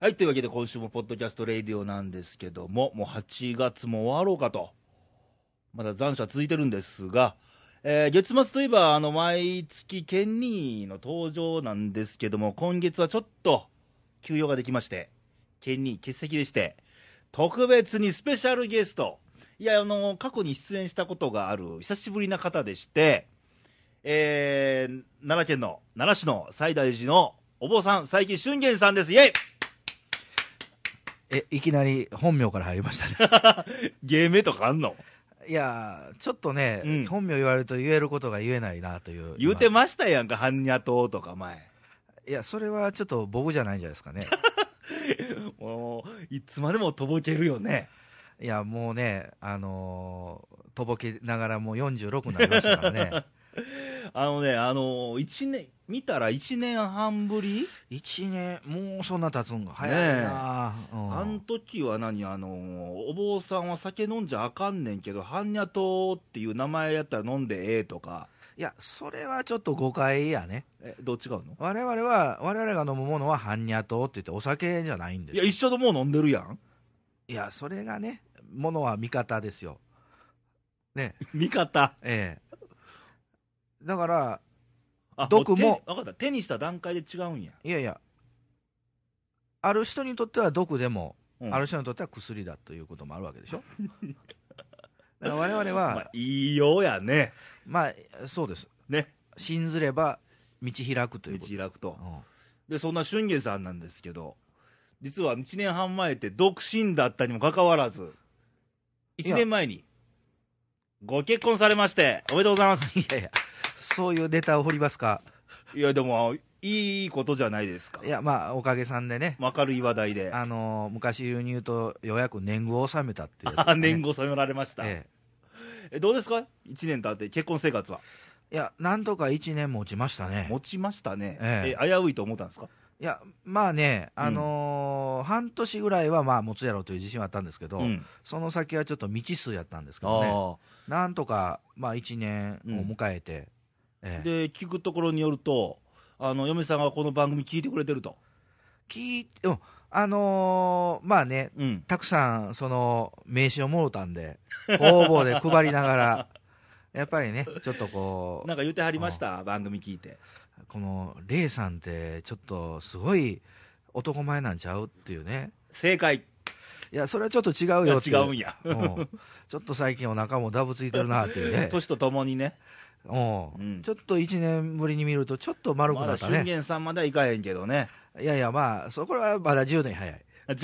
はい、というわけで今週もポッドキャストレイディオなんですけども、もう8月も終わろうかと。まだ残暑は続いてるんですが、月末といえば毎月ケンニーの登場なんですけども、今月はちょっと休養ができまして、ケンニー欠席でして、特別にスペシャルゲスト、いや過去に出演したことがある久しぶりな方でして、奈良県の奈良市の西大寺のお坊さん、佐伯俊玄さんです。イエイ。 いきなり本名から入りましたね。 芸名とかあんの？ いやちょっとね、 うん、 本名言われると言えることが言えないなという。 言うてましたやんか、般若党とか前。 いや、それはちょっと僕じゃないんじゃないですかね。 もういつまでもとぼけるよね。 いや、もうね、とぼけながらもう46になりましたからね。 1年、見たら1年半ぶり 1年、もうそんな経つんが早いな、 あん時はお坊さんは酒飲んじゃあかんねんけど、般若党っていう名前やったら飲んでええとか。 いや、それはちょっと誤解やね。 どう違うの？ 我々が飲むものは般若党って言ってお酒じゃないんです。 いや、一緒のもう飲んでるやん。 いや、それがね、ものは味方ですよ。ね。 味方。 だから毒も分かった、手にした段階で違うんや。 いやいや、ある人にとっては毒でも、 ある人にとっては薬だということもあるわけでしょ。だから我々は、 言いようやね。 まあそうですね。 信ずれば道開くということ。 道開くと、でそんな俊玄さんなんですけど、実は1年半前って独身だったにもかかわらず、1年前にご結婚されまして、おめでとうございます。 いやいや、そういうネタを掘りますか。 いやでもいいことじゃないですか。 いや、まあおかげさんでね、 明るい話題で、 昔流に言うとようやく年貢を納めたっていうやつですかね。 年貢納められました。どうですか、1年経って結婚生活は。 いや、なんとか1年持ちましたね。 持ちましたね。危ういと思ったんですか？ いや、まあね、半年ぐらいはまあ持つやろうという自信はあったんですけど、その先はちょっと未知数やったんですけどね、なんとかまあ1年を迎えて、 で聞くところによると、嫁さんがこの番組聞いてくれてると。 まあね、たくさんその名刺をもろたんで、方々で配りながら、やっぱりね、ちょっとこう、 なんか言ってはりました、番組聞いて。 このレイさんって、ちょっとすごい男前なんちゃうっていうね。 正解。 いや、それはちょっと違うよっていう。 違うんや。 ちょっと最近お腹もダブついてるなっていうね。 年とともにね。 ちょっと1年ぶりに見ると、ちょっと丸くなったね。 まだ俊玄さんまではいかへんけどね。 いやいや、まあ、そこはまだ10年早い。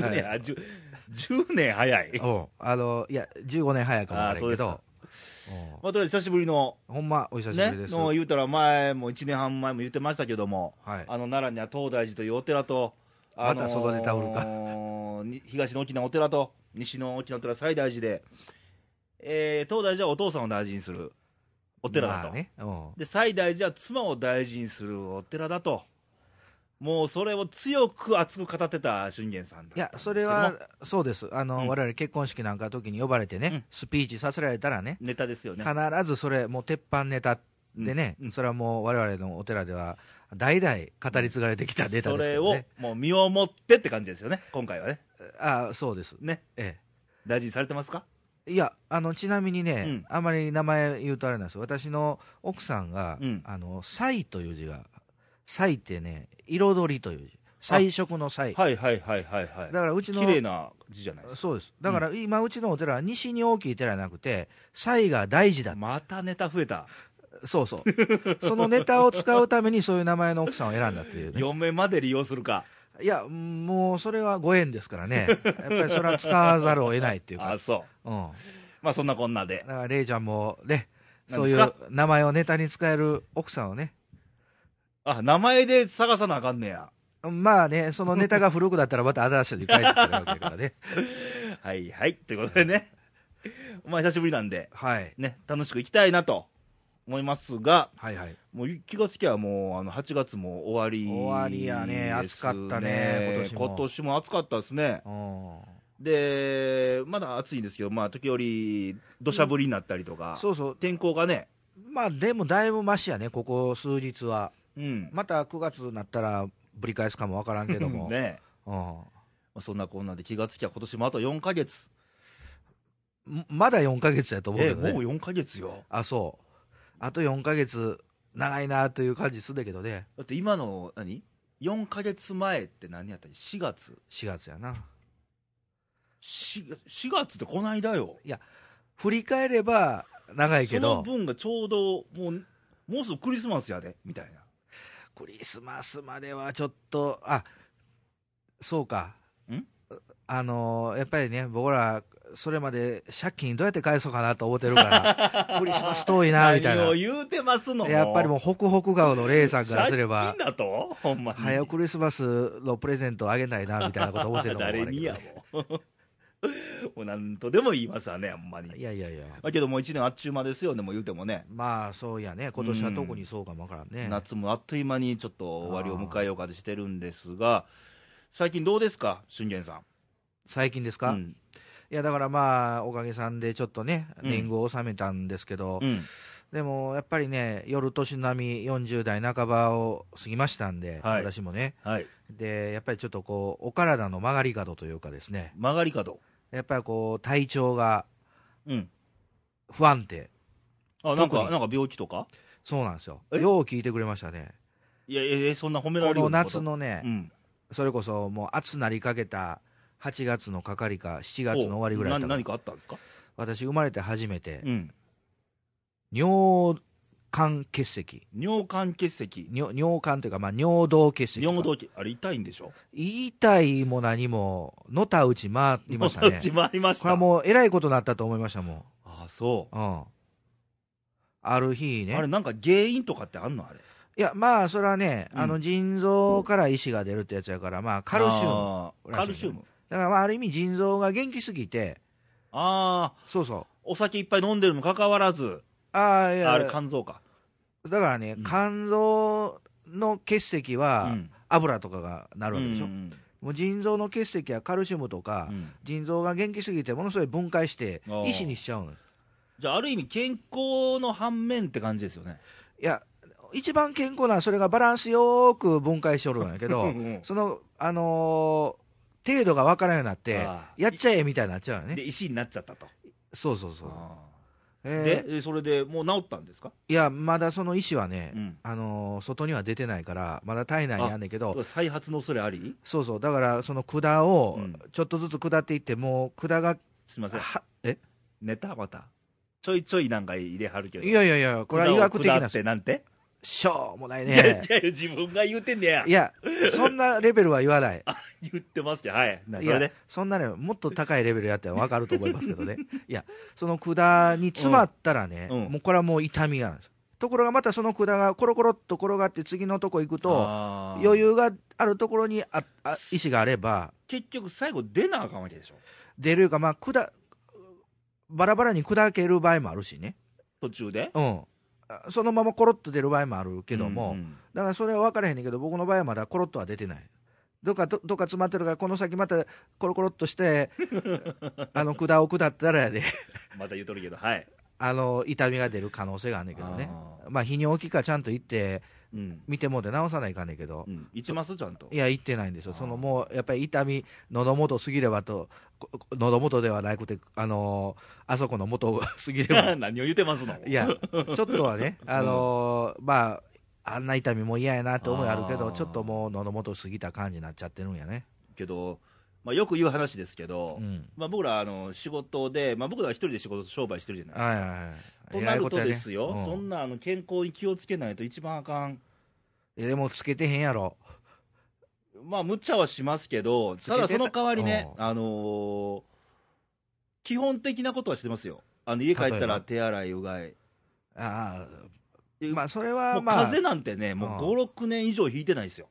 10年早い。 いや、15年早いかもわからないけど。 まあ、とりあえず久しぶりの、 ほんまお久しぶりです。 言うたら前も1年半前も言ってましたけども、奈良には東大寺というお寺と、 また外でタオルか東の大きなお寺と西の大きなお寺西大寺で、東大寺はお父さんを大事にするお寺だと、で西大寺は妻を大事にするお寺だと、もうそれを強く熱く語ってた俊玄さんだ。 いや、それはそうです。我々結婚式なんかの時に呼ばれてね、スピーチさせられたらね、 ネタですよね。 必ずそれ、もう鉄板ネタでね、それはもう我々のお寺では代々語り継がれてきたネタですよね。 それをもう身をもってって感じですよね、今回はね。 そうですね。大事にされてますか？ いや、ちなみにね、あまり名前言うとあれなんですよ。私の奥さんが、彩という字が、彩ってね、彩りという字。彩色の彩。 だからうちの綺麗な字じゃないですか。 そうです。だから今うちのお寺は西に大きい寺じゃなくて、彩が大事だ。 またネタ増えた。 そうそう。そのネタを使うためにそういう名前の奥さんを選んだっていうね。 嫁まで利用するか。 いや、もうそれはご縁ですからね。やっぱりそれは使わざるを得ないっていうか。 そう。まあそんなこんなで。 だからレイちゃんもね、そういう名前をネタに使える奥さんをね。 名前で探さなあかんねや。 まあね、そのネタが古くだったらまた新しいのに返ってくるわけだからね。 はいはい。ということでね。まあ久しぶりなんで、 はいね、楽しくいきたいなと思いますが、もう気がつきゃもう8月も終わりですね。 終わりやね。暑かったね、 今年も暑かったですね。で、まだ暑いんですけど、まあ時折土砂降りになったりとか、天候がね。 まあでもだいぶマシやね、ここ数日は。また9月になったらぶり返すかもわからんけども。 そんなこんなで気がつきゃ今年もあと4ヶ月。 まだ4ヶ月やと思うけどね。 もう4ヶ月よ。 あ、そう。あと4ヶ月、長いなという感じするんだけどね。 だって今の、4ヶ月前って何やったっけ ?4 月。 4月やな。 4月ってこないだよ。 いや、振り返れば長いけど。 その分がちょうど、もうすぐクリスマスやで、みたいな。 クリスマスまではちょっと、そうか。やっぱりね、僕ら、それまで借金どうやって返そうかなと思ってるから、クリスマス遠いな、みたいな。 何を言うてますの？ やっぱりもう、ホクホク顔のレイさんからすれば、 借金だとほんまに。 早クリスマスのプレゼントあげないな、みたいなこと思ってるのも誰にやもう。もう何とでも言いますわね、ほんまに。 いやいやいや。 だけどもう1年あっちゅう間ですよね、もう言うてもね。 まあ、そういやね、今年は特にそうかもわからんね。 夏もあっという間にちょっと終わりを迎えようかとしてるんですが、最近どうですか、俊元さん。 最近ですか？いやだからまあおかげさんでちょっとね年貢を納めたんですけど、でもやっぱりね夜年並み40代半ばを過ぎましたんで、私もね、でやっぱりちょっとこうお体の曲がり角というかですね、 曲がり角、 やっぱりこう体調が不安定、 なんか病気とか？ そうなんですよ。よう聞いてくれましたね。 いやそんな褒められるようなこと？ この夏のね、それこそもう暑なりかけた8月のかかりか7月の終わりぐらいだったか何かあったんですか？ 私生まれて初めて、尿管結石。 尿管結石。 尿管というか、まあ、尿道結石。 尿道あれ痛いんでしょ？ 痛いも何ものたうち回りましたね。 のたうち回りました。 これはもうえらいことになったと思いましたもん。 ああそう。 ある日ね。 あれなんか原因とかってあんの？あれ。 いやまあそれはね、腎臓から石が出るってやつやから、まあカルシウム。 カルシウム。 だからまあある意味腎臓が元気すぎて、そうそう、 お酒いっぱい飲んでるにもかかわらず、 いやあれ肝臓か。 だからね、肝臓の結石は油とかがなるわけでしょ。もう腎臓の結石はカルシウムとか、腎臓が元気すぎてものすごい分解して石にしちゃうの。じゃあある意味健康の反面って感じですよね。 いや一番健康なそれがバランスよく分解しておるんやけどその程度が分からんようになってやっちゃえみたいになっちゃうよね。 で石になっちゃったと。 そうそうそう。 でそれでもう治ったんですか？ いやまだその石はね、外には出てないからまだ体内にあんねんけど、 再発の恐れあり？ そうそう、だからその管をちょっとずつ下っていって、もう管が、 すみません、ネタまたちょいちょいなんか入れはるけど、 いやこれは医学的なってなんてしょうもないね。 いや自分が言うてんねや。 いやそんなレベルは言わない。 言ってますよ。はい。 いやそんなねもっと高いレベルやったら分かると思いますけどね。いやその管に詰まったらね、もうこれはもう痛みがあるんです。ところがまたその管がコロコロっと転がって次のとこ行くと余裕があるところに石があれば結局最後出なあかんわけでしょ。 出るか、まあバラバラに砕ける場合もあるしね、 途中で、 そのままコロッと出る場合もあるけども、だからそれは分からへんねんけど、僕の場合はまだコロッとは出てない。どっか詰まってるから、この先またコロコロっとして管を下ったらやでまた言うとるけど、はい、 痛みが出る可能性があんねんけどね。まあ泌尿器科ちゃんと行って見てもうて治さないかんねんけど、 行ってますちゃんと？いや行ってないんですよ。もうやっぱり痛み喉元過ぎればと、喉元ではなくてあそこの元が過ぎれば何を言ってますの？ いやちょっとはねまああんな痛みも嫌やなって思いあるけど、ちょっともう喉元過ぎた感じになっちゃってるんやね。 けど、まあ、よく言う話ですけど、まあ、僕ら仕事で、まあ、僕らは一人で仕事商売してるじゃないですか。となるとですよ、そんな健康に気をつけないと一番あかん。 でもつけてへんやろ。 まあ無茶はしますけど、ただその代わりね、基本的なことはしてますよ。家帰ったら手洗い、うがい。まあそれは、まあ、風邪なんてね、もう5、6年以上引いてないですよ。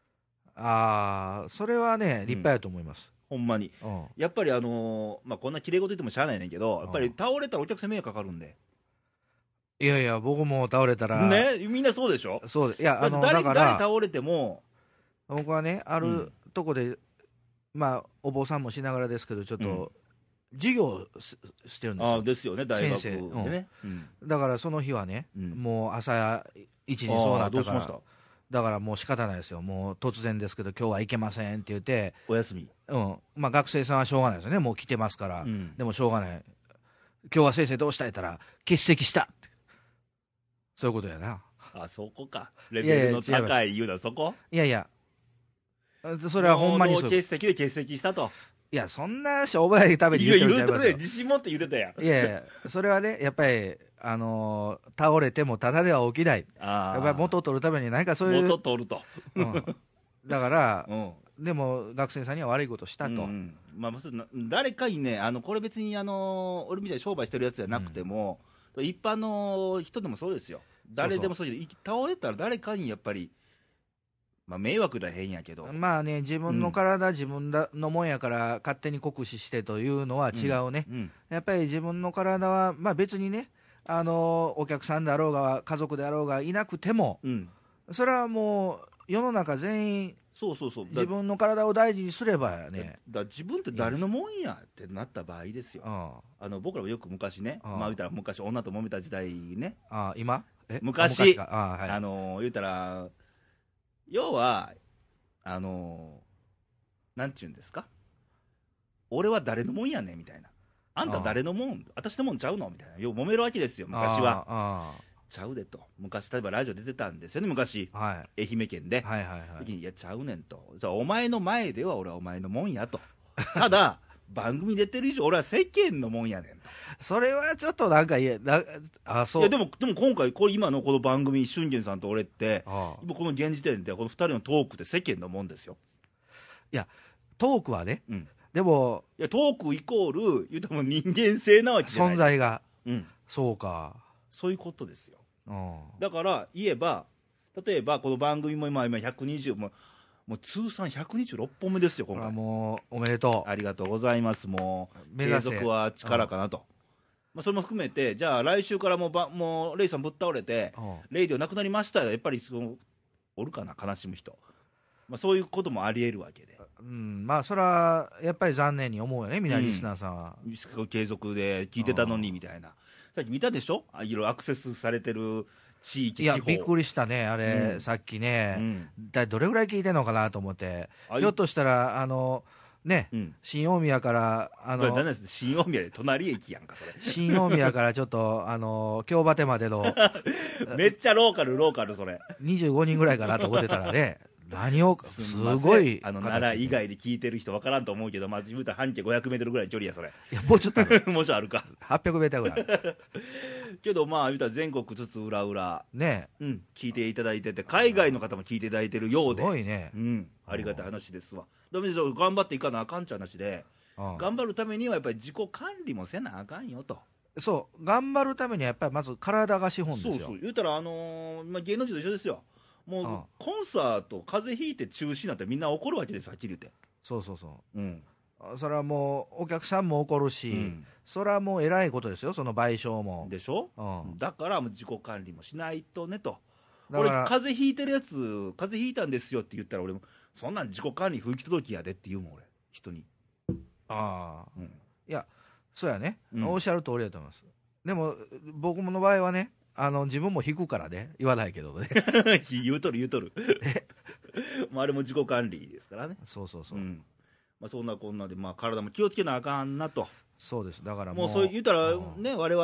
それはね、立派やと思います。 ほんまに。やっぱりまあこんなきれい事言ってもしゃあないねんけど、やっぱり倒れたらお客さん迷惑かかるんで。 いやいや、僕も倒れたら。 ね、みんなそうでしょ？ そうで、いや、 誰倒れても。 僕はね、あるとこで、まあ、お坊さんもしながらですけど、ちょっと、授業してるんですよ。 ですよね、大学でね。 だからその日はね、もう朝一にそうなったから。 だからもう仕方ないですよ、もう突然ですけど、今日は行けませんって言って、 お休み。 まあ、学生さんはしょうがないですよね、もう来てますから、でもしょうがない、今日は先生どうしたやったら、欠席したって、そういうことやな。 あ、そこか。レベルの高い言うのはそこ？ いやいや、それはほんまにそう。 欠席で欠席したと。 いや、そんな商売ために言ってるんちゃいますよ。 言うとね、自信持って言ってたやん。 いやいや、それはね、やっぱり、倒れてもただでは起きない。やっぱり元を取るために何かそういう。 元取ると。 だから、でも学生さんには悪いことしたと。 まあ、誰かにね、これ別に俺みたいに商売してるやつじゃなくても、一般の人でもそうですよ。誰でもそうで、倒れたら誰かにやっぱり、まあ、迷惑だ変やけど、 まあね、自分の体、自分のもんやから勝手に酷使してというのは違うね、やっぱり自分の体は、まあ、別にね、お客さんであろうが、家族であろうがいなくても、それはもう、世の中全員、自分の体を大事にすればね、 自分って誰のもんやってなった場合ですよ、僕らもよく昔ね、まあ、言うたら昔、女と揉めた時代ね、 今昔言うたら、要は、なんていうんですか、俺は誰のもんやねんみたいな、あんた誰のもん、私のもんちゃうのみたいな、よう揉めるわけですよ、昔は。ちゃうでと、昔、例えばラジオ出てたんですよね、昔、愛媛県で。いや、ちゃうねんと、お前の前では俺はお前のもんやと、ただ、番組出てる以上、俺は世間のもんやねんと。 それはちょっとなんかでも今回、今のこの番組、俊元さんと俺って、この現時点で、この2人のトークって世間のもんですよ。 いや、トークはね、でも、 いや、トークイコール、言うたら人間性なわけじゃないですか。 存在が、そうか。 そういうことですよ。だから言えば、例えばこの番組も今120もう通算126本目ですよ、今回。 もうおめでとう。 ありがとうございます。もう継続は力かなと。まあ、それも含めて、じゃあ来週からもうレイさんぶっ倒れて、レイディオなくなりましたよ、やっぱりおるかな、悲しむ人。まあ、そういうこともありえるわけで。 まあそれはやっぱり残念に思うよね、みんなリスナーさんは。 継続で聞いてたのにみたいな。さっき見たでしょ、いろいろアクセスされてる地域、 いや、びっくりしたね、あれ、さっきね、どれぐらい聞いてんのかなと思って、ひょっとしたら、新大宮から、 新大宮で隣駅やんか、それ。 新大宮からちょっと、京バテまでの、 めっちゃローカル、それ。 25人ぐらいかなと思ってたらね。何をすごい奈良以外で聞いてる人分からんと思うけど、まあ、自分と半径500メートルぐらいの距離や、それ。 いや、もうちょっとある。 もうちょっとあるか。 800メートルぐらい。 けど、まあ、言うたら全国津々浦々、聞いていただいてて、海外の方も聞いていただいてるようで、 すごいね。 ありがたい話ですわ。頑張っていかなあかんちゃう話で、頑張るためにはやっぱり自己管理もせなあかんよと。 そう、頑張るためにはやっぱりまず体が資本ですよ。 言うたら、芸能人と一緒ですよ。もうコンサート、風邪ひいて中止になってみんな怒るわけです、はっきり言って。 そう。それはもうお客さんも怒るし、それはもうえらいことですよ、その賠償も。 でしょ、だからもう自己管理もしないとねと。俺、風邪ひいてるやつ、風邪ひいたんですよって言ったら、俺も、そんなん自己管理不行き届きやでって言うもん、俺、人に。 いや、そうやね、おっしゃる通りだと思います。でも、僕の場合はね、自分も引くからね、言わないけどね。 言うとる。もうあれも自己管理ですからね。 そう。 まあ、そんなこんなで、まあ、体も気をつけなあかんなと。 そうです。だからもうそう言ったらね、我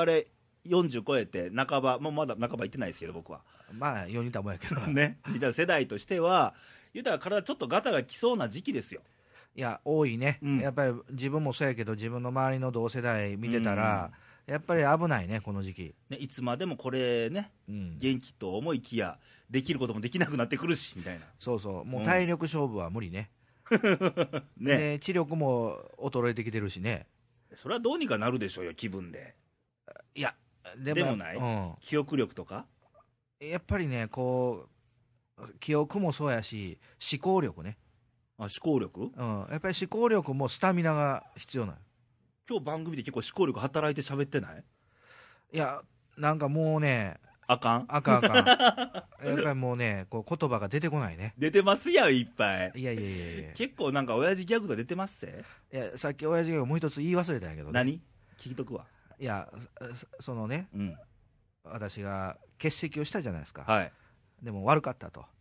々40超えて半ば、もうまだ半ば行ってないですけど、僕は。 まあ、4人たもんやけどね。言ったら世代としては、言ったら体ちょっとガタがきそうな時期ですよ。 いや、多いね。やっぱり自分もそうやけど、自分の周りの同世代見てたら、やっぱり危ないね、この時期。 ね、いつまでもこれね、元気と思いきや、できることもできなくなってくるし、みたいな。 そう。もう体力勝負は無理ね。ね、知力も衰えてきてるしね。 それはどうにかなるでしょうよ、気分で。 いや、でもない、記憶力とかやっぱりね、記憶もそうやし、思考力ね。 思考力？ やっぱり思考力もスタミナが必要なの。 今日番組で結構思考力働いて喋ってない？ いや、なんかもうね、 あかんやっぱりもうね、言葉が出てこないね。 出てますやん、いっぱい。 いや。 結構なんか親父ギャグが出てますって。 いや、さっき親父ギャグもう一つ言い忘れたんやけどね。 何？聞いとくわ。 いや、そのね、私が欠席をしたじゃないですか。 はい。 でも悪かったと。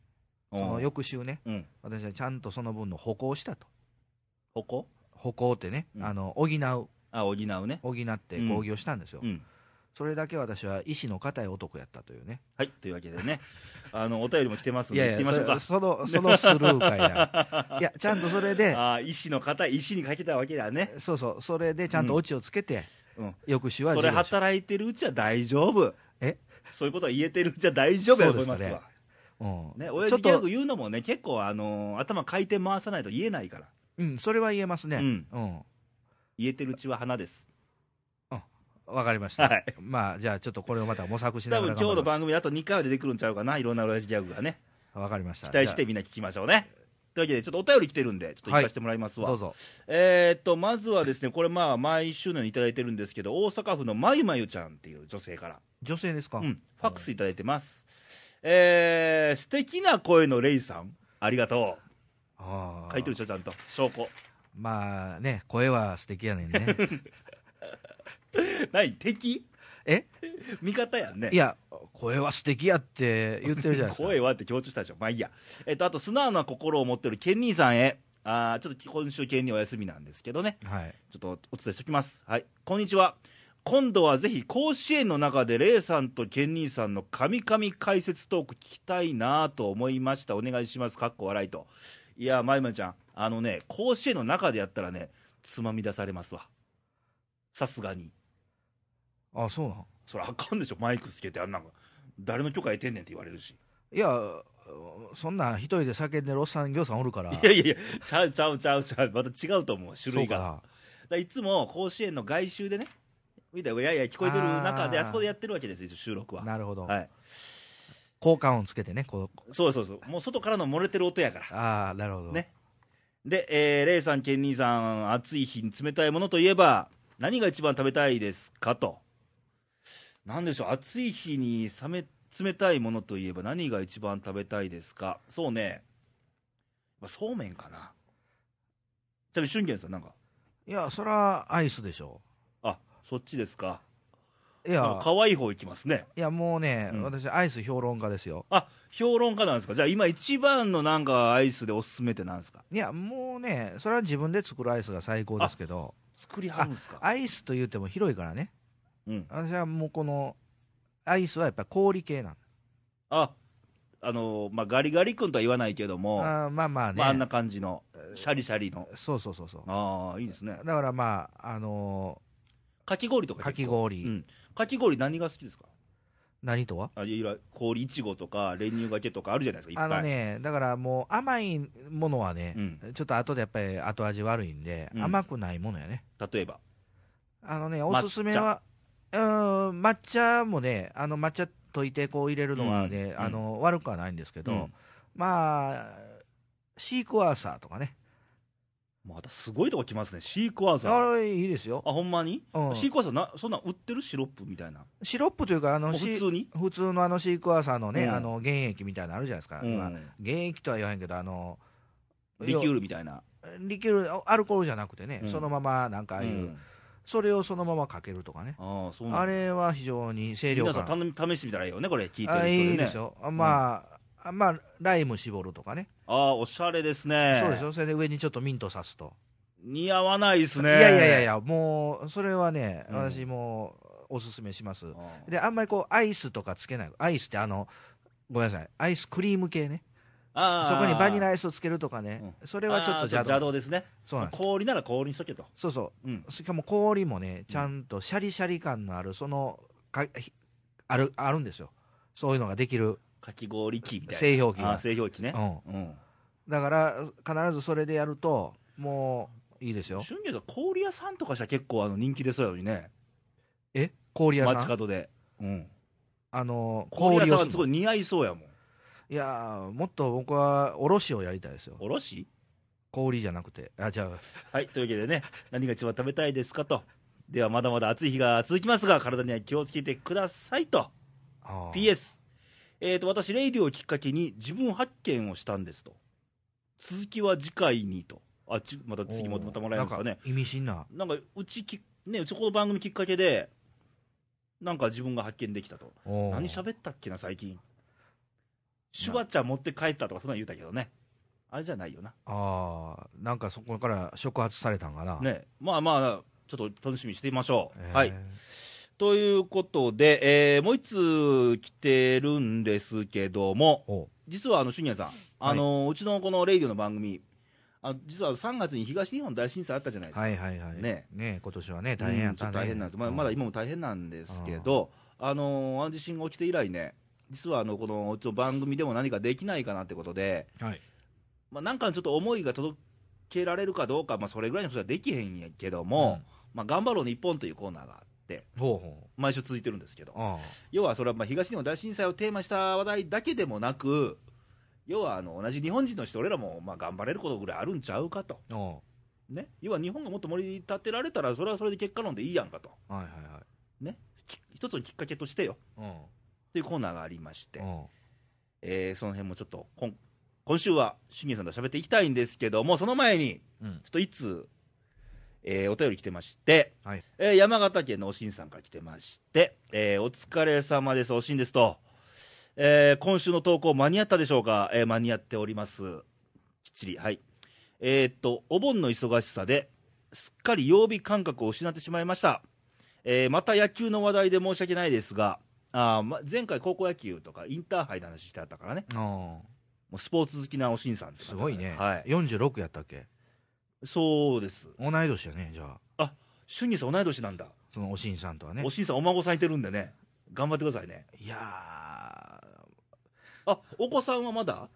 その翌週ね、 うん、 私はちゃんとその分の歩行したと。 歩行ってね、 うん、 補う。 補うね。 補って講義をしたんですよ。それだけ私は意志の固い男やったというね。 はい、というわけでね、お便りも来てますんで、行ってみましょうか。 そのスルー会や。いや、ちゃんとそれで、 意志の固い、意志にかけたわけだね。 そうそう、それでちゃんとオチをつけて、翌週はそれ働いてるうちは大丈夫。そういうことは言えてるうちは大丈夫やと思いますわ。ね、親父ギャグ言うのもね、結構頭回転回さないと言えないから。 それは言えますね。 言えてるうちは花です。 わかりました。はい、まあ、じゃあちょっとこれをまた模索しながら。 多分今日の番組あと2回は出てくるんちゃうかな、いろんな親父ギャグがね。 わかりました。 期待してみんな聞きましょうね。というわけで、ちょっとお便り来てるんで、ちょっと行かせてもらいますわ。 どうぞ。 まずはですね、これまあ、毎週のようにいただいてるんですけど、大阪府のまゆまゆちゃんっていう女性から。 女性ですか？ ファックスいただいてます。素敵な声のレイさん、ありがとう。書いてるでしょ、ちゃんと。証拠。 まあね、声は素敵やねんね。 何、敵？味方やんね。 いや、声は素敵やって言ってるじゃないですか。 声はって強調したでしょ。まあいいや。あと、素直な心を持ってるケンニーさんへ。ちょっと今週ケンニーお休みなんですけどね。 はい。 ちょっとお伝えしておきます。はい。こんにちは。今度はぜひ甲子園の中でレイさんとケンニーさんの神々解説トーク聞きたいなと思いました。お願いします。かっこ笑いと。いや、まゆまゆちゃん、甲子園の中でやったらね、つまみ出されますわ。さすがに。 そうなん？ それあかんでしょ、マイクつけて、誰の許可得てんねんって言われるし。 いや、そんな一人で叫んでるおっさんぎょうさんおるから。 いやいやいや、ちゃう、また違うと思う、種類が。いつも甲子園の外周でね、いやいや聞こえてる中で、あそこでやってるわけですよ、収録は。 なるほど。 はい。 効果音つけてね、 そう、もう外からの漏れてる音やから。 なるほど。 ね。で、レイさん、ケンニーさん、暑い日に冷たいものといえば、何が一番食べたいですかと。なんでしょう、暑い日に冷たいものといえば何が一番食べたいですか。そうね、そうめんかな。ちなみに俊賢さんなんか。 いや、そらアイスでしょ。 そっちですか。 いや、 可愛い方いきますね。 いや、もうね、私アイス評論家ですよ。 評論家なんですか。じゃあ今一番のなんかアイスでおすすめってなんですか。 いや、もうね、それは自分で作るアイスが最高ですけど。 作りはるんですか。 アイスと言っても広いからね。私はもうこのアイスはやっぱり氷系なんガリガリ君とは言わないけども、 まあね、 あんな感じのシャリシャリの。 そう。 いいですね。 だからかき氷とか。 かき氷、 かき氷何が好きですか。 何とは？ 氷いちごとか練乳がけとかあるじゃないですか、いっぱい。 だからもう甘いものはね、ちょっと後でやっぱり後味悪いんで、甘くないものやね。 例えばおすすめは抹茶もね、抹茶溶いてこう入れるのはね、悪くはないんですけど、シークワーサーとかね。 またすごいとこ来ますね、シークワーサー。 あれいいですよ。 ほんまに？シークワーサーそんなん売ってる？シロップみたいな。 シロップというか普通のシークワーサーのね、原液みたいなのあるじゃないですか。原液とは言わへんけどリキュールみたいな。 リキュールアルコールじゃなくてね、そのままなんかそれをそのままかけるとかね。あれは非常に清涼感。 皆さん試してみたらいいよね、これ聞いてる人でね。 いいですよ。ライム絞るとかね。 おしゃれですね。 そうですよ。それで上にちょっとミント刺すと。 似合わないですね。 いや、もうそれはね、私もおすすめします。で、あんまりアイスとかつけない。アイスってごめんなさい、アイスクリーム系ね。そこにバニラアイスをつけるとかね、それはちょっと邪道ですね。氷なら氷にしとけと。 そう、しかも氷もね、ちゃんとシャリシャリ感のあるあるんですよ、そういうのができるかき氷機みたいな製氷機が。 製氷機ね。 だから必ずそれでやるともういいですよ。 俊介さん、氷屋さんとかしたら結構人気出そうやのにね。 氷屋さん街角で。 氷屋さんはすごい似合いそうやもん。 いやもっと僕はおろしをやりたいですよ。 おろし？ 氷じゃなくて。じゃあ。 はい、というわけでね、何が一番食べたいですかと。ではまだまだ暑い日が続きますが、体には気をつけてくださいと。PS。私、レイディオをきっかけに自分発見をしたんですと。続きは次回にと。また次またもらえますかね。 意味深な。 なんかうちこの番組きっかけで、なんか自分が発見できたと。何喋ったっけな、最近。 シュワちゃん持って帰ったとかそんなの言うたけどね、あれじゃないよな。 なんかそこから触発されたんかな。 ね、まあまあちょっと楽しみにしてみましょう。はい。ということで、もう一通来てるんですけども、実は俊也さん、うちのこのレイディオの番組、実は3月に東日本大震災あったじゃないですか。 ね、今年はね、大変やったね。 大変なんです。まだ今も大変なんですけど、あの地震が起きて以来ね、実はこのうちの番組でも何かできないかなってことで、なんかちょっと思いが届けられるかどうか、それぐらいのことはできへんやけども、頑張ろう日本というコーナーがあって、毎週続いてるんですけど、要はそれは東日本大震災をテーマした話題だけでもなく、要は同じ日本人として俺らも頑張れることぐらいあるんちゃうかと、ね、要は日本がもっと盛り立てられたらそれはそれで結果論でいいやんかと、ね、一つのきっかけとしてよ、というコーナーがありまして、その辺もちょっと今週は信玄さんと喋っていきたいんですけども、その前にちょっといつお便り来てまして、山形県のおしんさんから来てまして、お疲れ様です、おしんですと、今週の投稿間に合ったでしょうか。間に合っております、きっちり。はい。お盆の忙しさですっかり曜日感覚を失ってしまいました。また野球の話題で申し訳ないですが、前回高校野球とかインターハイの話してあったからね、もうスポーツ好きなおしんさんってすごいね、 46 やったっけ。 そうです。 同い年やね、じゃあ。俊二さん同い年なんだ。 そのおしんさんとはね。 おしんさんお孫さんいてるんでね、頑張ってくださいね。 いやお子さんはまだ？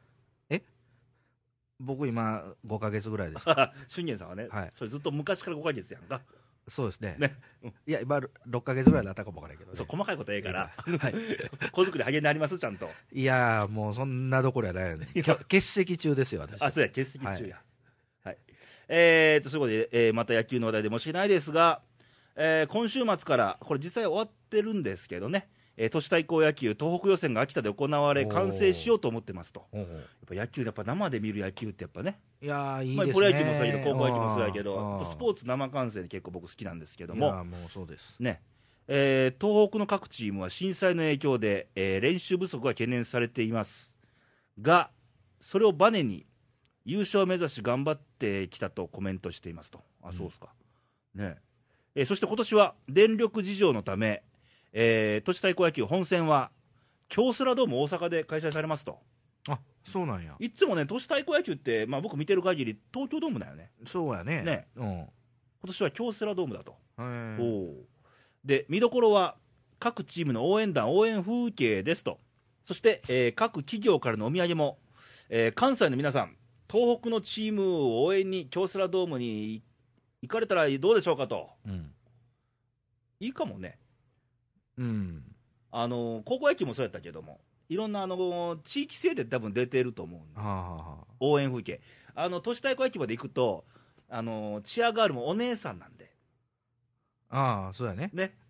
僕今5ヶ月ぐらいです俊元さんはね、それずっと昔から5ヶ月やんか。 そうですね。 いや今6ヶ月ぐらいだったかもわからないけど、 そう細かいことええから子作り励んであります、ちゃんと。 いやもうそんなどころやないよね。欠席中ですよ、私。 そうや、欠席中や。そういうことで、また野球の話題で申し訳ないですが、今週末からこれ実際終わってるんですけどね、都市対抗野球東北予選が秋田で行われ完成しようと思ってますと。やっぱ野球、やっぱ生で見る野球ってやっぱね、 いやいいですね。 プロ野球もそうやけど高校野球もそうやけど、スポーツ生観戦結構僕好きなんですけども、 もうそうですね。東北の各チームは震災の影響で、練習不足が懸念されていますが、それをバネに優勝を目指し頑張ってきたとコメントしていますと。そうですか、ね。そして今年は電力事情のため、都市対抗野球本戦は京セラドーム大阪で開催されますと。 そうなんや。 いつもね、都市対抗野球って、僕見てる限り東京ドームだよね。 そうやね。 今年は京セラドームだと。で見どころは各チームの応援団応援風景ですと。そして、各企業からのお土産も、関西の皆さん東北のチームを応援に京セラドームに行かれたらどうでしょうかと。いいかもね。高校野球もそうやったけども、いろんな地域性で多分出てると思うんで、応援風景、都市対抗野球まで行くとチアガールもお姉さんなんで、 そうやね。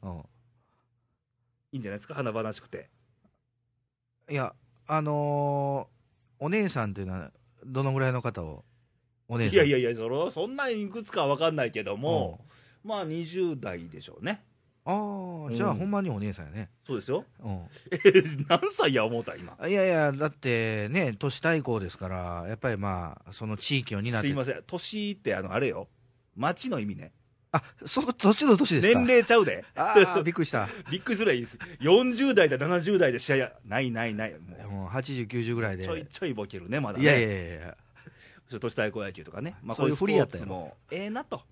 いいんじゃないですか、華々しくて。 いやお姉さんっていうのはどのぐらいの方をお姉さん？ いやそんないくつかは分かんないけども、20代でしょうね。 じゃあほんまにお姉さんやね。 そうですよ。何歳や思うた今。 いやだってね、都市対抗ですから、やっぱりその地域を担って。 すいません、年ってあれよ、町の意味ね。 そっちの年ですか。 年齢ちゃうで。 びっくりしたびっくりするやいいです。40代だ70代で試合ないもう80、90ぐらいでちょいボケるね、まだね。 いや都市対抗野球とかね、 そういうフリーやったよ。 もええなと。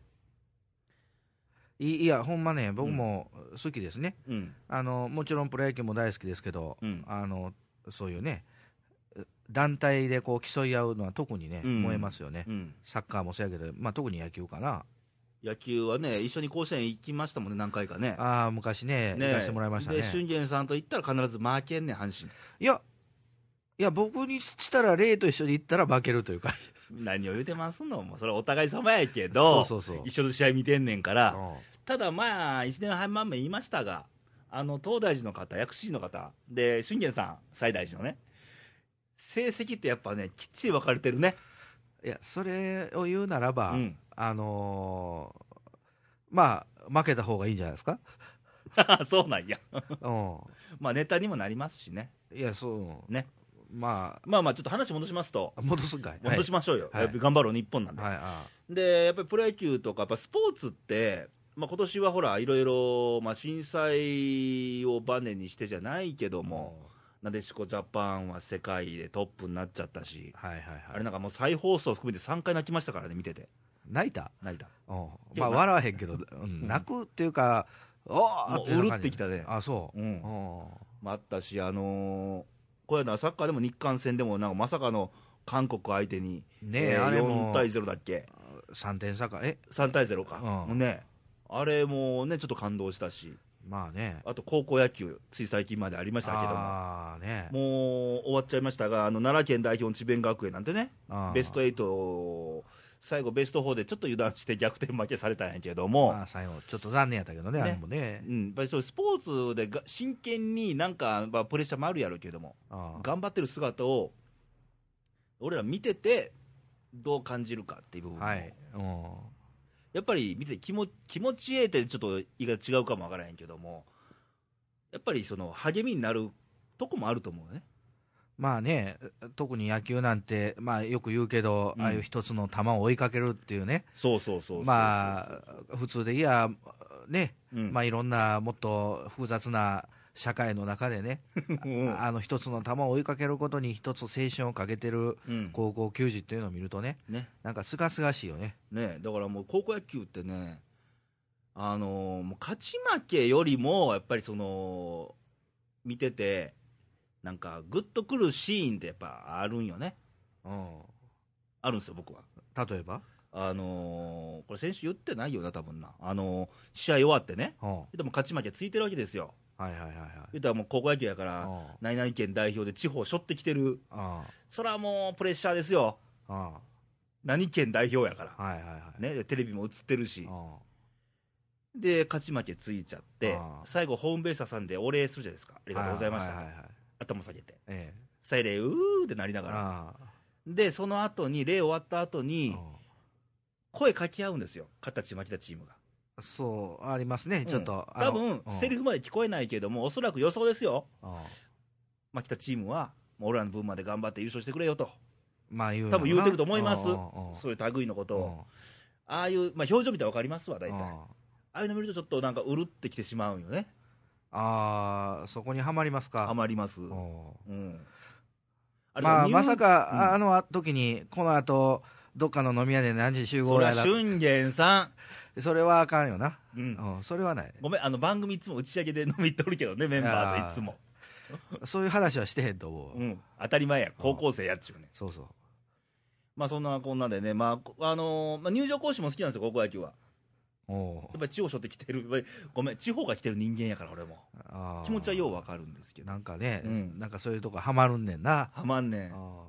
いやほんまね、僕も好きですね。もちろんプロ野球も大好きですけど、そういうね団体で競い合うのは特にね、燃えますよね。サッカーもそうやけど、特に野球かな。 野球はね、一緒に甲子園行きましたもんね、何回かね。 昔ね、行かせてもらいましたね。 で俊元さんと行ったら必ず負けんねん、阪神。 いや僕にしたらレイと一緒に行ったら負けるというか何を言うてますの、もうそれはお互い様やけど、一緒の試合見てんねんから。ただ1年半前も言いましたが、東大寺の方、薬師寺の方で、俊元さん西大寺のね、成績ってやっぱね、きっちり分かれてるね。 いやそれを言うならば、負けた方がいいんじゃないですか。 そうなんや。ネタにもなりますしね。 いやそうね。 まあ、ちょっと話戻しますと、 戻すんかい、 戻しましょうよ、 はい、 やっぱり頑張ろう、日本なんで、 はい、 でやっぱりプロ野球とか、やっぱスポーツって、今年はほら、いろいろ、震災をバネにしてじゃないけども、なでしこジャパンは世界でトップになっちゃったし、 はいはいはい、 あれなんかもう再放送含めて3回泣きましたからね、見てて。 泣いた、まあ、笑わへんけど、泣くっていうか、 もううるってきたね。 あ、そう。 あったし、これはサッカーでも日韓戦でも、なんかまさかの韓国相手に、 あれも 4対0だっけ、 3点差か、 3対0か、ね、あれもね、ちょっと感動したし、 まあね、 あと高校野球、つい最近までありましたけども、もう終わっちゃいましたが、奈良県代表の智弁学園なんてね、ベスト8、最後、ベスト4でちょっと油断して逆転負けされたんやけども、 最後、ちょっと残念やったけどね、あれもね。 やっぱりそういうスポーツで真剣になんか、プレッシャーもあるやろうけども、頑張ってる姿を、俺ら見てて、どう感じるかっていう部分も、やっぱり見て気持ちええってちょっと意外と違うかもわからへんけども、やっぱりその励みになるとこもあると思うね。 まあね、特に野球なんて、まあ、よく言うけど、ああいう一つの球を追いかけるっていうね、まあ、普通でいや、ね、まあ、いろんなもっと複雑な社会の中でね、一つの球を追いかけることに一つ青春をかけてる高校球児っていうのを見るとね、なんかすがすがしいよね。 だからもう高校野球ってね、もう勝ち負けよりも、やっぱりその、見てて、なんかグッとくるシーンってやっぱあるんよね。あるんですよ、僕は。 例えばこれ先週言ってないよな、多分な。試合終わってね、でも勝ち負けついてるわけですよ。言ったらもう高校野球やから、何々県代表で地方を背負ってきてる。それはもうプレッシャーですよ。何県代表やから。ね、テレビも映ってるし。で、勝ち負けついちゃって、最後ホームベースさんでお礼するじゃないですか。ありがとうございました。頭下げて、サイレンうーってなりながら、でその後に礼終わった後に声かけ合うんですよ、勝ったチーム負けたチームが。 そうありますね、ちょっと多分セリフまで聞こえないけども、おそらく予想ですよ、負けたチームはもう俺らの分まで頑張って優勝してくれよと、多分言うてると思います、そういう類のことを。ああいう、表情見たら分かりますわ、大体。ああいうの見るとちょっとなんかうるってきてしまうんよね。 そこにはまりますか。 はまります。 まさか、あの時に、この後、どっかの飲み屋で何時集合やら。 それは俊元さん。それはあかんよな。それはない。 ごめん、番組いつも打ち上げで飲み行っておるけどね、メンバーでいつも。 そういう話はしてへんと思う。当たり前や、高校生やっちゅうね。 そうそう。 まあそんなこんなでね、入場行進も好きなんですよ、高校野球は。やっぱり地方背負ってきてる、ごめん、地方が来てる人間やから、俺も。気持ちはようわかるんですけど。 なんかね、なんかそういうとこはまるんねんな。 はまんねん。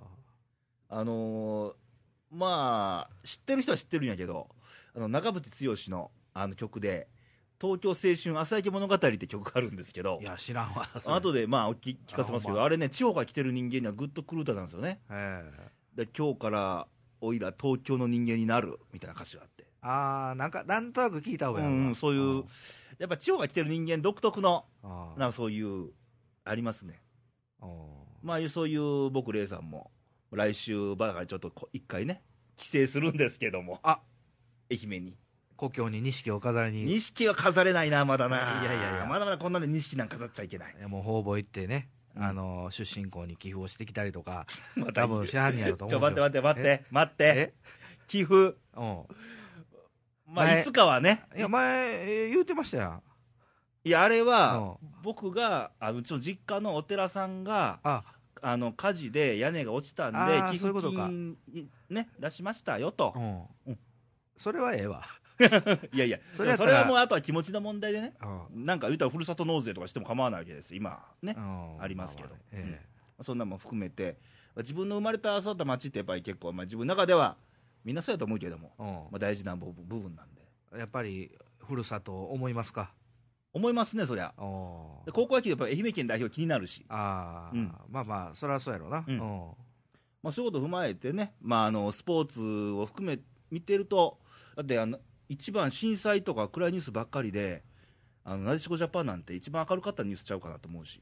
まあ、知ってる人は知ってるんやけど、長渕剛の曲で、東京青春朝焼け物語って曲があるんですけど、 いや、知らんわ。 後でまあ聞かせますけど、あれね、地方から来てる人間にはグッとくる歌なんですよね。で、今日からおいら東京の人間になるみたいな歌詞があって。 なんとなく聞いた方がいい。 そういう、やっぱ地方が来てる人間独特の、なんかそういう、ありますね。まあ、そういう僕、レイさんも、来週、バカちょっと一回ね、帰省するんですけども、愛媛に。 故郷に錦を飾りに。 錦は飾れないな、まだな。 いや、 まだまだこんなで錦なんか飾っちゃいけない。 もう方々行ってね、出身校に寄付をしてきたりとか、多分しはんにやると思う。 待って。寄付。まあ、いつかはね。 いや、前、言うてましたよ。 いや、あれは、僕が、うちの実家のお寺さんが、火事で屋根が落ちたんで、寄付金ね、出しましたよと。 それはええわ。 いや、それはもうあとは気持ちの問題でね、なんか言ったらふるさと納税とかしても構わないわけです、今ね、ありますけど、そんなも含めて、自分の生まれた育った町ってやっぱり結構、自分の中では、みんなそうやと思うけども、大事な部分なんで。 やっぱり、ふるさと思いますか？ 思いますね、そりゃ。高校野球やっぱり愛媛県代表気になるし。 まあ、そりゃそうやろうな。 そういうことを踏まえてね、スポーツを含め見てると、だって一番震災とか暗いニュースばっかりで、なでしこジャパンなんて一番明るかったニュースちゃうかなと思うし。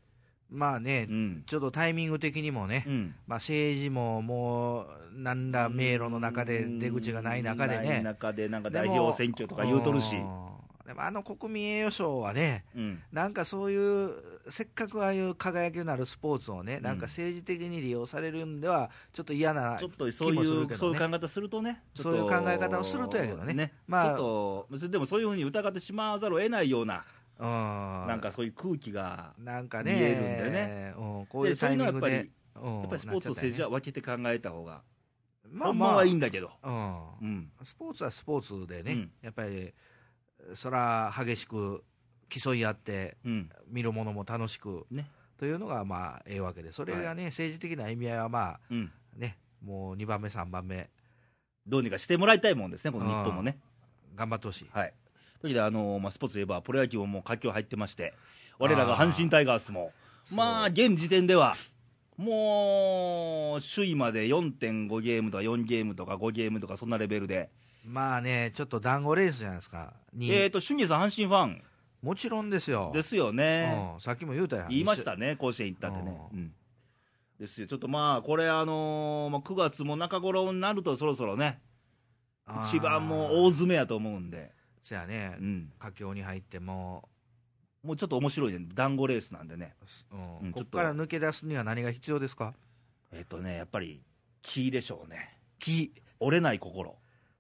まあね、ちょっとタイミング的にもね、まあ、政治ももう、なんだ、迷路の中で出口がない中でね、 ない中で、なんか代表選挙とか言うとるし、 でも国民栄誉賞はね、なんかそういう、せっかくああいう輝きのあるスポーツをね、なんか政治的に利用されるんでは、ちょっと嫌な気もするけどね、 そういう考え方するとね、 そういう考え方をするとやけどね、 まあ、ちょっと、でもそういうふうに疑ってしまわざるを得ないような。なんかそういう空気が見えるんだよね。 こういうタイミングでやっぱりスポーツと政治は分けて考えた方が、 まあほんまはいいんだけど、 スポーツはスポーツでね、やっぱりそら激しく競い合って、見るものも楽しくというのがまあええわけで、それがね、政治的な意味合いはまあね、もう2番目3番目どうにかしてもらいたいもんですね、この日本もね。 頑張ってほしい。 はい。というわけでスポーツといえばプロ野球ももう佳境入ってまして、我らが阪神タイガースもまあ現時点ではもう首位まで 4.5 ゲームとか4ゲームとか5ゲームとかそんなレベルで、 まあね、ちょっと団子レースじゃないですか。 俊二さん阪神ファンもちろんですよ。 ですよね。 さっきも言うたやん。 言いましたね、甲子園行ったってね。ですよ。ちょっとまあこれ9月も中頃になるとそろそろね、一番もう大詰めやと思うんで。 そやね、佳境に入ってもうちょっと面白いね、団子レースなんでね。 ここから抜け出すには何が必要ですか？ やっぱり気でしょうね。 気、 折れない心。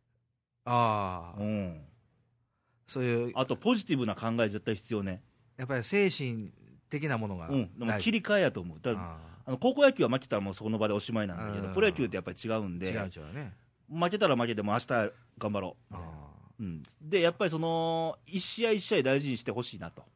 そういう、あとポジティブな考え絶対必要ね。 やっぱり精神的なものが、 でも切り替えやと思う。高校野球は負けたらもうそこの場でおしまいなんだけど、プロ野球ってやっぱり違うんで、負けたら負けても明日頑張ろう。でやっぱりその一試合一試合大事にしてほしいなと。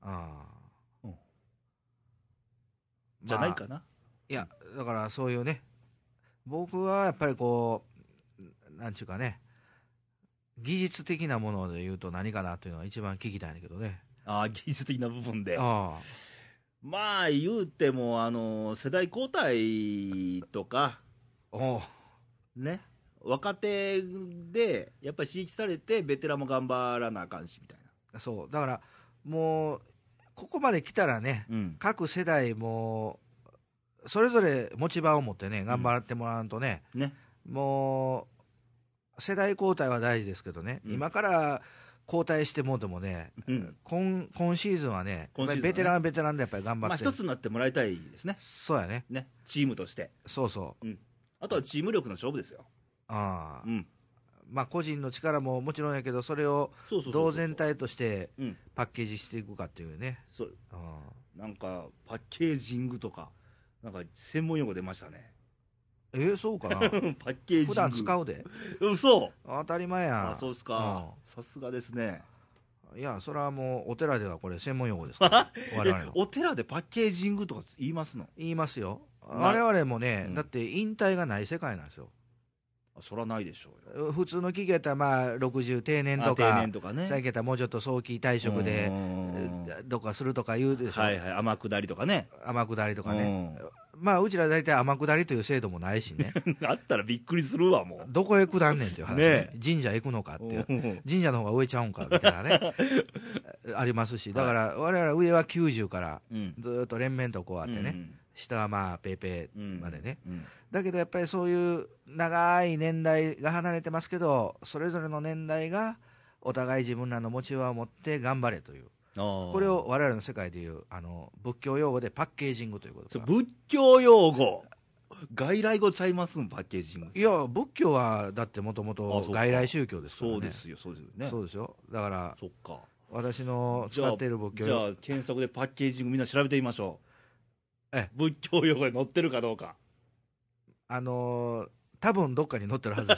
じゃないかな。 いやだからそういうね、僕はやっぱりこうなんちゅうかね、技術的なもので言うと何かなというのが一番聞きたいんだけどね。 技術的な部分で。まあ言うても世代交代とかね、若手でやっぱり刺激されてベテランも頑張らなあかんしみたいな。 そうだからもうここまで来たらね、各世代もそれぞれ持ち場を持ってね頑張ってもらわんとね、もう世代交代は大事ですけどね、今から交代してもうてもね、今シーズンはね、ベテランはベテランでやっぱり頑張って、 一つになってもらいたいですね。 そうやね。 チームとして。 そうそう。 あとはチーム力の勝負ですよ。 まあ個人の力ももちろんやけど、それをどう全体としてパッケージしていくかっていうね。 なんかパッケージングとか、なんか専門用語出ましたね。 そうかな。 パッケージング。 普段使うで。 嘘。 当たり前や。 そうですか。さすがですね。 いや、それはもうお寺ではこれ専門用語ですから我々の。 お寺でパッケージングとか言いますの？ 言いますよ。我々もね、だって引退がない世界なんですよ。 そらないでしょうよ。普通の企業やったらまあ60定年とか、ね、最近やったらもうちょっと早期退職でどっかするとか言うでしょ。 天下りとかね。 天下りとかね。まあうちら大体天下りという制度もないしね。 あったらびっくりするわ、もう。 どこへ下んねんっていう話、ね。神社行くのかっていう。神社の方が上ちゃうんかみたいなね。ありますし、だから我々上は90からずっと連綿とこうあってね。下はまあペーペーまでね、だけどやっぱりそういう長い年代が離れてますけど、それぞれの年代がお互い自分らの持ち場を持って頑張れという、これを我々の世界でいう仏教用語でパッケージングということです。 仏教用語、外来語ちゃいますん、パッケージング。 いや仏教はだってもともと外来宗教ですからね。 そうですよ、そうですよね。 そうですよ。だからそっか、 私の使っている仏教、 じゃあ検索でパッケージングみんな調べてみましょう。仏教用語に載ってるかどうか。 多分どっかに載ってるはずです。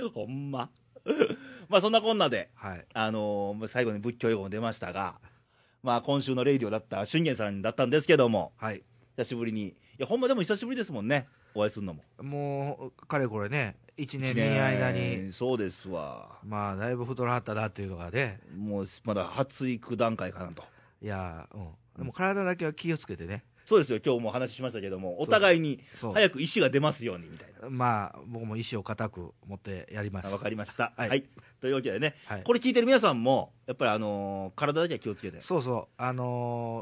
ほんま。まあそんなこんなで、最後に仏教用語も出ましたが、まあ今週のレイディオだった俊元さんだったんですけども、久しぶりに、いやほんまでも久しぶりですもんね、お会いするのも。 もうかれこれね、1年2間に。 そうですわ。 まあだいぶ太らはったなっていうのがね、 もうまだ発育段階かなと。 いやでも体だけは気をつけてね。 そうですよ、今日もお話ししましたけども、お互いに早く意思が出ますようにみたいな。 まあ、僕も意思を固く持ってやります。 わかりました。 はい。 はい、というわけでね、 はい、 これ聞いてる皆さんも、やっぱり体だけは気をつけて。 そうそう、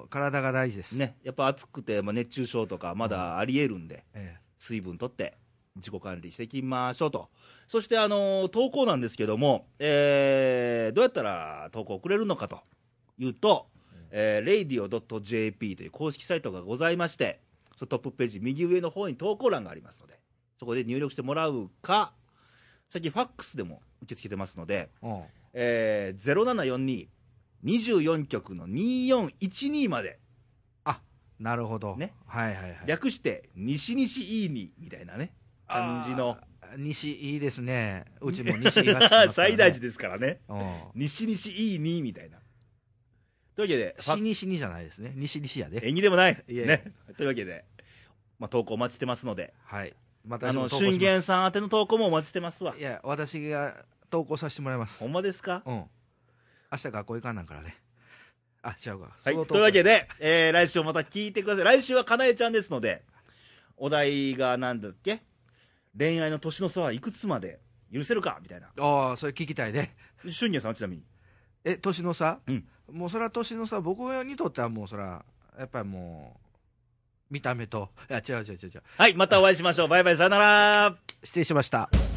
体が大事です。 ね、やっぱ暑くて、熱中症とかまだありえるんで、水分とって自己管理していきましょうと。そして投稿なんですけども、どうやったら投稿をくれるのかというと、radio.jp という公式サイトがございまして、トップページ右上の方に投稿欄がありますので、そこで入力してもらうか、最近ファックスでも受け付けてますので、0742 24局の2412まで。 あ、なるほどね、 はいはいはい、 略して西西いいにみたいなね感じの。 西いいですね、うちも西が好きです、ね、 最大寺ですからね、西西いいにみたいな。というわけで、 西にじゃないですね、西西やで。 縁起でもない。ね。というわけで、投稿お待ちしてますので、 はい。 また俊元さん宛ての投稿もお待ちしてますわ。 いや、私が投稿させてもらいます。 ほんまですか？ うん。明日学校行かんなんからね。あ、違うか。 はい。というわけで、来週もまた聞いてください。来週はかなえちゃんですので、お題がなんだっけ？恋愛の年の差はいくつまで許せるかみたいな。 ああ、それ聞きたいね。 俊元さんはちなみに。 年の差？ うん。 もうそれは年の差、僕にとってはもうそれは、やっぱりもう、見た目と、いや、違う。 はい、またお会いしましょう。バイバイ、さよなら。 失礼しました。